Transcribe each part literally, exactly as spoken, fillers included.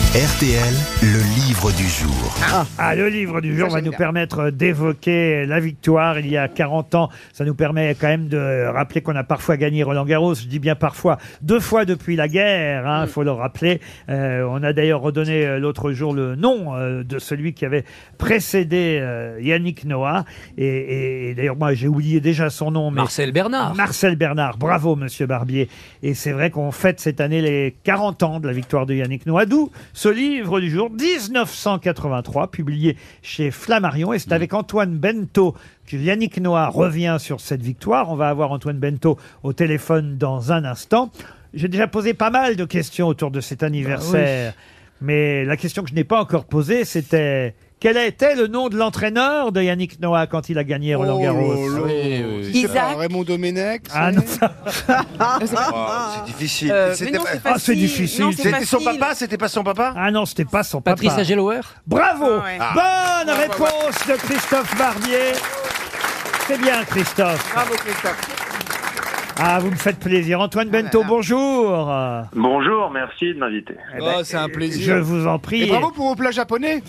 R T L, le livre du jour. Ah, ah, le livre du jour va nous permettre d'évoquer la victoire il y a quarante ans. Ça nous permet quand même de rappeler qu'on a parfois gagné Roland-Garros. Je dis bien parfois, deux fois depuis la guerre, il hein, faut le rappeler. Euh, on a d'ailleurs redonné l'autre jour le nom euh, de celui qui avait précédé euh, Yannick Noah. Et, et, et d'ailleurs, moi, j'ai oublié déjà son nom. Mais Marcel Bernard. Marcel Bernard. Bravo, monsieur Barbier. Et c'est vrai qu'on fête cette année les quarante ans de la victoire de Yannick Noah. D'où ce livre du jour, dix-neuf cent quatre-vingt-trois, publié chez Flammarion. Et c'est avec Antoine Bento que Yannick Noah revient sur cette victoire. On va avoir Antoine Bento au téléphone dans un instant. J'ai déjà posé pas mal de questions autour de cet anniversaire. Ah oui. Mais la question que je n'ai pas encore posée, c'était... Quel était le nom de l'entraîneur de Yannick Noah quand il a gagné Roland-Garros? Oh, oh, oui, oui. Isaac Raymond Domenech. Ah non. oh, c'est difficile. Euh, c'était non, pas... Ah, c'est difficile. Non, c'est C'était son papa? C'était pas son papa? Ah non, c'était pas son Patrice papa. Agelower. Bravo. Ah ouais. Bonne Ah. réponse de Christophe Barbier. C'est bien, Christophe. Bravo Christophe. Ah, vous me faites plaisir. Antoine Bento, bonjour. Bonjour, merci de m'inviter. Eh ben, Oh, c'est un plaisir. Je vous en prie. Et bravo pour vos plats japonais.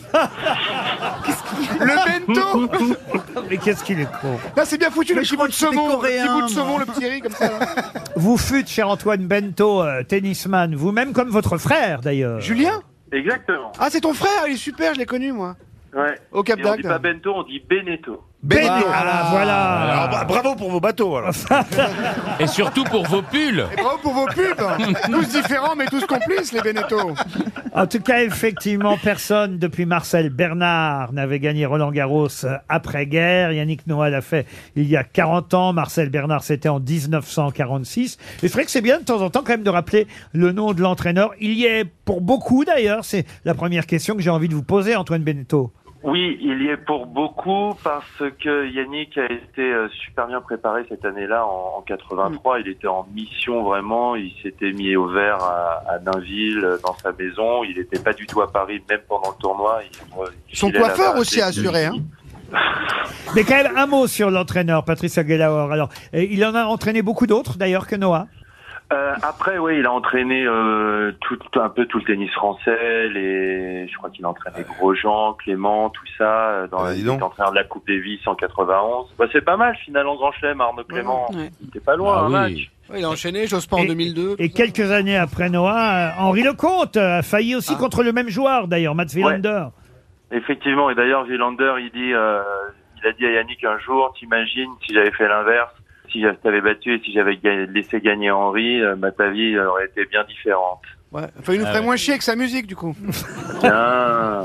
Le bento. Mais qu'est-ce qu'il est con. Là, c'est bien foutu, le petit bout de saumon. Le coréen, petit bout de moi. saumon, le petit riz, comme ça. là. Vous fûtes, cher Antoine Bento, euh, tennisman, vous-même comme votre frère, d'ailleurs. Julien? Exactement. Ah, c'est ton frère, il est super, je l'ai connu, moi. Ouais. Au Cap Et on dit d'Agde. pas bento, on dit Beneteau. Bento. Bento. Ah, voilà. Alors, bah, bravo pour vos bateaux, alors. Et surtout pour vos pulls. Et bravo pour vos pubs. Tous différents, mais tous complices, les Beneteau. En tout cas, effectivement, personne depuis Marcel Bernard n'avait gagné Roland-Garros après-guerre. Yannick Noah l'a fait il y a quarante ans. Marcel Bernard, c'était en dix-neuf cent quarante-six. Et c'est vrai que c'est bien de temps en temps quand même de rappeler le nom de l'entraîneur. Il y est pour beaucoup d'ailleurs. C'est la première question que j'ai envie de vous poser, Antoine Bento. Oui, il y est pour beaucoup parce que Yannick a été euh, super bien préparé cette année-là en, en quatre-vingt-trois. Il était en mission vraiment. Il s'était mis au vert à, à Nainville, dans sa maison. Il n'était pas du tout à Paris, même pendant le tournoi. Il, il Son filait coiffeur là-bas aussi dès a assuré, hein. Mais quand même un mot sur l'entraîneur, Patrice Aguelauer. Alors, euh, il en a entraîné beaucoup d'autres d'ailleurs que Noah. Euh, après, oui, il a entraîné euh, tout, un peu tout le tennis français. Les, je crois qu'il a entraîné Grosjean, Clément, tout ça. euh, Dans Ah, dis il donc. était entraîneur de la Coupe Davis en quatre-vingt-onze. Bah, c'est pas mal, finale en Grand Chelem, Arnaud Clément. Ouais. Il était pas loin, Ah un oui. match. Ouais, il a enchaîné, j'ose pas en Et- deux mille deux. Et quelques années après Noah, euh, Henri Lecomte a failli aussi Ah. contre le même joueur d'ailleurs, Mats Wilander. Effectivement, et d'ailleurs, Wilander, il dit, euh, il a dit à Yannick un jour, t'imagines si j'avais fait l'inverse, si je t'avais battu et si j'avais ga- laissé gagner Henri, euh, bah, ta vie aurait été bien différente. Ouais. Enfin, il nous Ah ferait ouais. moins chier avec sa musique, du coup. Bien.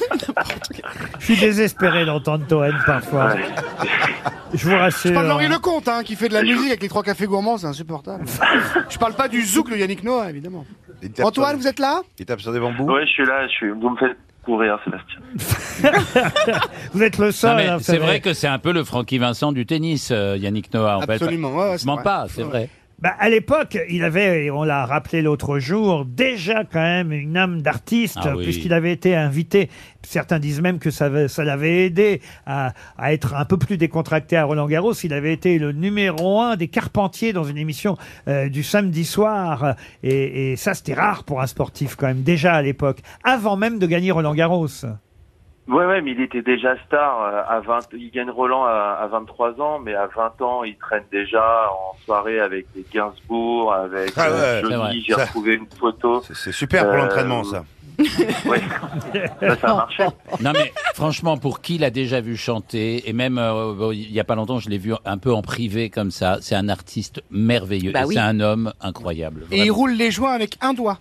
Je suis désespéré d'entendre Toen parfois. Ouais. Je vous rassure. Je parle d'Henri Lecomte, hein, qui fait de la musique avec les trois cafés gourmands, c'est insupportable. Je parle pas du zouk de Yannick Noah, évidemment. Il tape Antoine, sur- vous êtes là? Il tape sur des bambous. Ouais, je suis là, je suis, vous me faites courir, Sébastien. Vous êtes le seul. Non, mais hein, vous c'est savez. vrai que c'est un peu le Francky Vincent du tennis, euh, Yannick Noah. En fait. Absolument, ouais, ouais, Je c'est mens vrai. pas, c'est vrai. Bah, à l'époque, il avait, et on l'a rappelé l'autre jour, déjà quand même une âme d'artiste, Ah oui. puisqu'il avait été invité. Certains disent même que ça, avait- ça l'avait aidé à, à être un peu plus décontracté à Roland-Garros. Il avait été le numéro un des Carpentiers dans une émission euh, du samedi soir. Et, et ça, c'était rare pour un sportif quand même, déjà à l'époque, avant même de gagner Roland-Garros. Ouais, ouais, mais il était déjà star euh, à vingt. Il gagne Roland à, à vingt-trois ans, mais à vingt ans, il traîne déjà en soirée avec les Gainsbourg, avec Ah ouais, euh, c'est vrai. Johnny. J'ai Ça- retrouvé une photo. C'est- C'est super pour Euh, l'entraînement, ça. Ouais, ça, ça a marché. Non mais franchement, pour qui l'a déjà vu chanter, et même euh, bon, il y a pas longtemps, je l'ai vu un peu en privé comme ça. C'est un artiste merveilleux. Bah Et oui. C'est un homme incroyable. Et il vraiment. roule les joints avec un doigt.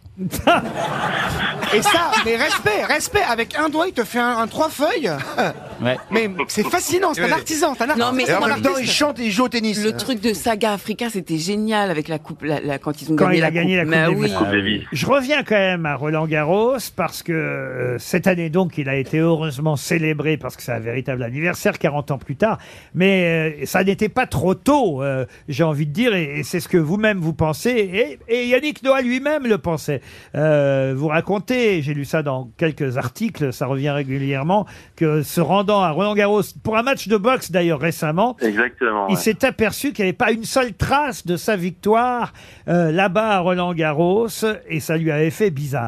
Et ça, mais respect, respect, avec un doigt, il te fait un, un trois feuilles. Ouais. Mais c'est fascinant, c'est un artisan, c'est un artiste. Non, mais C'est en un même artiste. temps, il chante et il joue au tennis. Le truc de Saga Africa, c'était génial avec la coupe, la, la- quand ils ont Quand gagné il a la gagné la coupe. Coupe Mais Davis. oui. Coupe Davis. Je reviens quand même à Roland Garros parce que euh, cette année donc il a été heureusement célébré parce que c'est un véritable anniversaire quarante ans plus tard, mais euh, ça n'était pas trop tôt, euh, j'ai envie de dire, et, et c'est ce que vous-même vous pensez, et, et Yannick Noah lui-même le pensait. Euh, vous racontez, j'ai lu ça dans quelques articles, ça revient régulièrement, que se rendant à Roland Garros pour un match de boxe d'ailleurs récemment, Exactement. il ouais. s'est aperçu qu'il n'y avait pas une seule trace de sa victoire euh, là-bas à Roland-Garros et ça lui avait fait bizarre.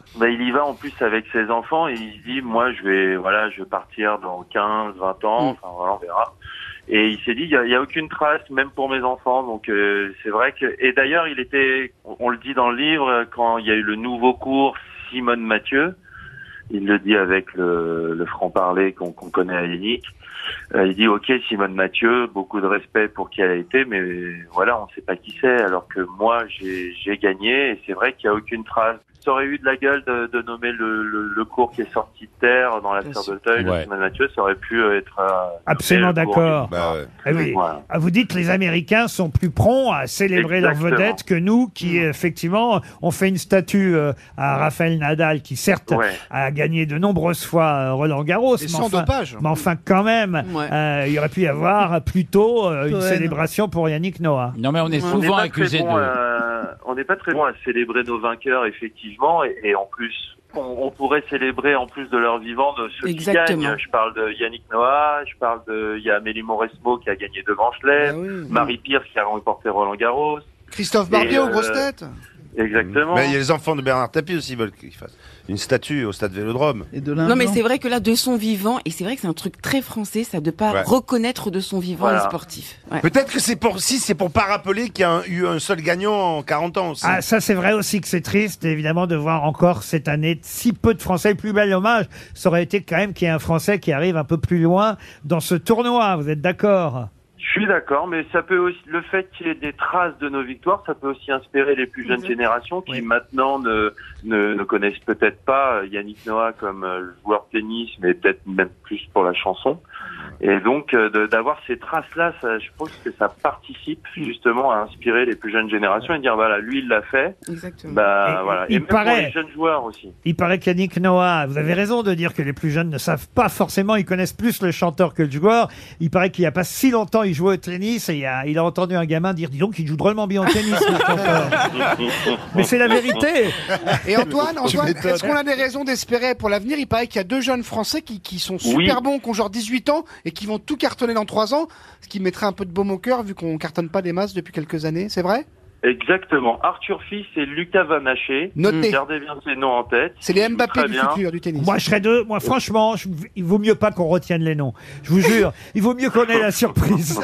Bah, il y va en plus avec ses enfants et il se dit, moi, je vais, voilà, je vais partir dans quinze, vingt ans. Enfin, voilà, on verra. Et il s'est dit, il y a, il y a aucune trace, même pour mes enfants. Donc, euh, c'est vrai que, et d'ailleurs, il était, on le dit dans le livre, quand il y a eu le nouveau cours Simone Mathieu, il le dit avec le, le franc-parler qu'on qu'on connaît à Yannick. Euh, il dit, ok, Simone Mathieu, beaucoup de respect pour qui elle a été, mais voilà, on ne sait pas qui c'est, alors que moi, j'ai j'ai gagné, et c'est vrai qu'il n'y a aucune trace. Ça aurait eu de la gueule de, de nommer le, le, le cours qui est sorti de terre dans l'affaire d'Auteuil, Ouais. de Simone Mathieu, ça aurait pu être... Euh, Absolument nommé le cours. d'accord. Bah ouais. Ah oui. Voilà. Ah, vous dites que les Américains sont plus prompts à célébrer leur Exactement. vedette que nous, qui effectivement ont fait une statue euh, à Raphaël Nadal, qui certes Ouais. a gagné de nombreuses fois euh, Roland Garros, Et mais sans enfin, dopage. mais enfin quand même, Ouais. euh, il y aurait pu y avoir plutôt euh, une Cohen. célébration pour Yannick Noah. Non, mais on est On n'est souvent pas accusé très bon de... à- on n'est pas très bon à célébrer nos vainqueurs, effectivement, et, et en plus, on, on pourrait célébrer en plus de leur vivant de ceux Exactement. qui gagnent. Je parle de Yannick Noah, je parle de, il y a Amélie Mauresmo qui a gagné deux Grands Chelems, Ah oui. Marie Pierce qui a remporté Roland Garros. Christophe Barbier Et, aux euh, grosses têtes. Exactement. Mais il y a les enfants de Bernard Tapie aussi, ils veulent qu'il fasse une statue au stade Vélodrome. Et de Non, mais l'argent. c'est vrai que là, de son vivant, et c'est vrai que c'est un truc très français, ça de pas Ouais. reconnaître de son vivant Voilà. les sportifs. Ouais. Peut-être que c'est pour si c'est pour pas rappeler qu'il y a un- eu un seul gagnant en quarante ans aussi. Ah, ça c'est vrai aussi que c'est triste, évidemment, de voir encore cette année si peu de Français. Le plus bel hommage, ça aurait été quand même qu'il y ait un Français qui arrive un peu plus loin dans ce tournoi. Vous êtes d'accord? Je suis d'accord, mais ça peut aussi, le fait qu'il y ait des traces de nos victoires, ça peut aussi inspirer les plus jeunes Exact. générations qui Oui. maintenant ne, ne, ne connaissent peut-être pas Yannick Noah comme euh, joueur de tennis, mais peut-être même plus pour la chanson. Et donc, euh, de- d'avoir ces traces-là, ça, je pense que ça participe justement à inspirer les plus jeunes générations et dire, voilà, lui, il l'a fait. Exactement. Bah, Et- voilà. il Et même pour paraît- les jeunes joueurs aussi. Il paraît qu'Yannick Noah, vous avez raison de dire que les plus jeunes ne savent pas forcément, ils connaissent plus le chanteur que le joueur. Il paraît qu'il n'y a pas si longtemps, il jouait au tennis et il a, il a entendu un gamin dire, dis donc, il joue drôlement bien au tennis, le chanteur. Mais c'est la vérité. Et Antoine, Antoine, m'étonnes. est-ce qu'on a des raisons d'espérer pour l'avenir? Il paraît qu'il y a deux jeunes Français qui, qui sont super Oui. bons, qui ont genre dix-huit ans et qui vont tout cartonner dans trois ans, ce qui mettrait un peu de baume au cœur vu qu'on cartonne pas des masses depuis quelques années. C'est vrai? Exactement. Arthur Fils et Lucas Van Haché. Notez. Gardez bien ces noms en tête. C'est les Ils jouent Mbappé très du bien. futur du tennis. Moi, je serais deux. Moi, franchement, je- il vaut mieux pas qu'on retienne les noms. Je vous jure, il vaut mieux qu'on ait la surprise.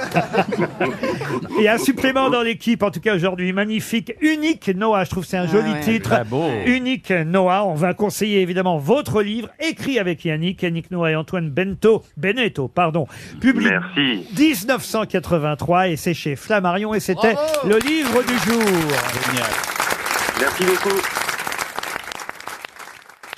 Et un supplément dans l'équipe, en tout cas aujourd'hui, magnifique, Unique Noah. Je trouve que c'est un Ah joli ouais. titre. Très beau. Unique Noah. On va conseiller évidemment votre livre, écrit avec Yannick, Yannick Noah et Antoine Bento, Beneteau, pardon, publié Merci. dix-neuf cent quatre-vingt-trois et c'est chez Flammarion et c'était le livre du jour. Génial. Merci beaucoup.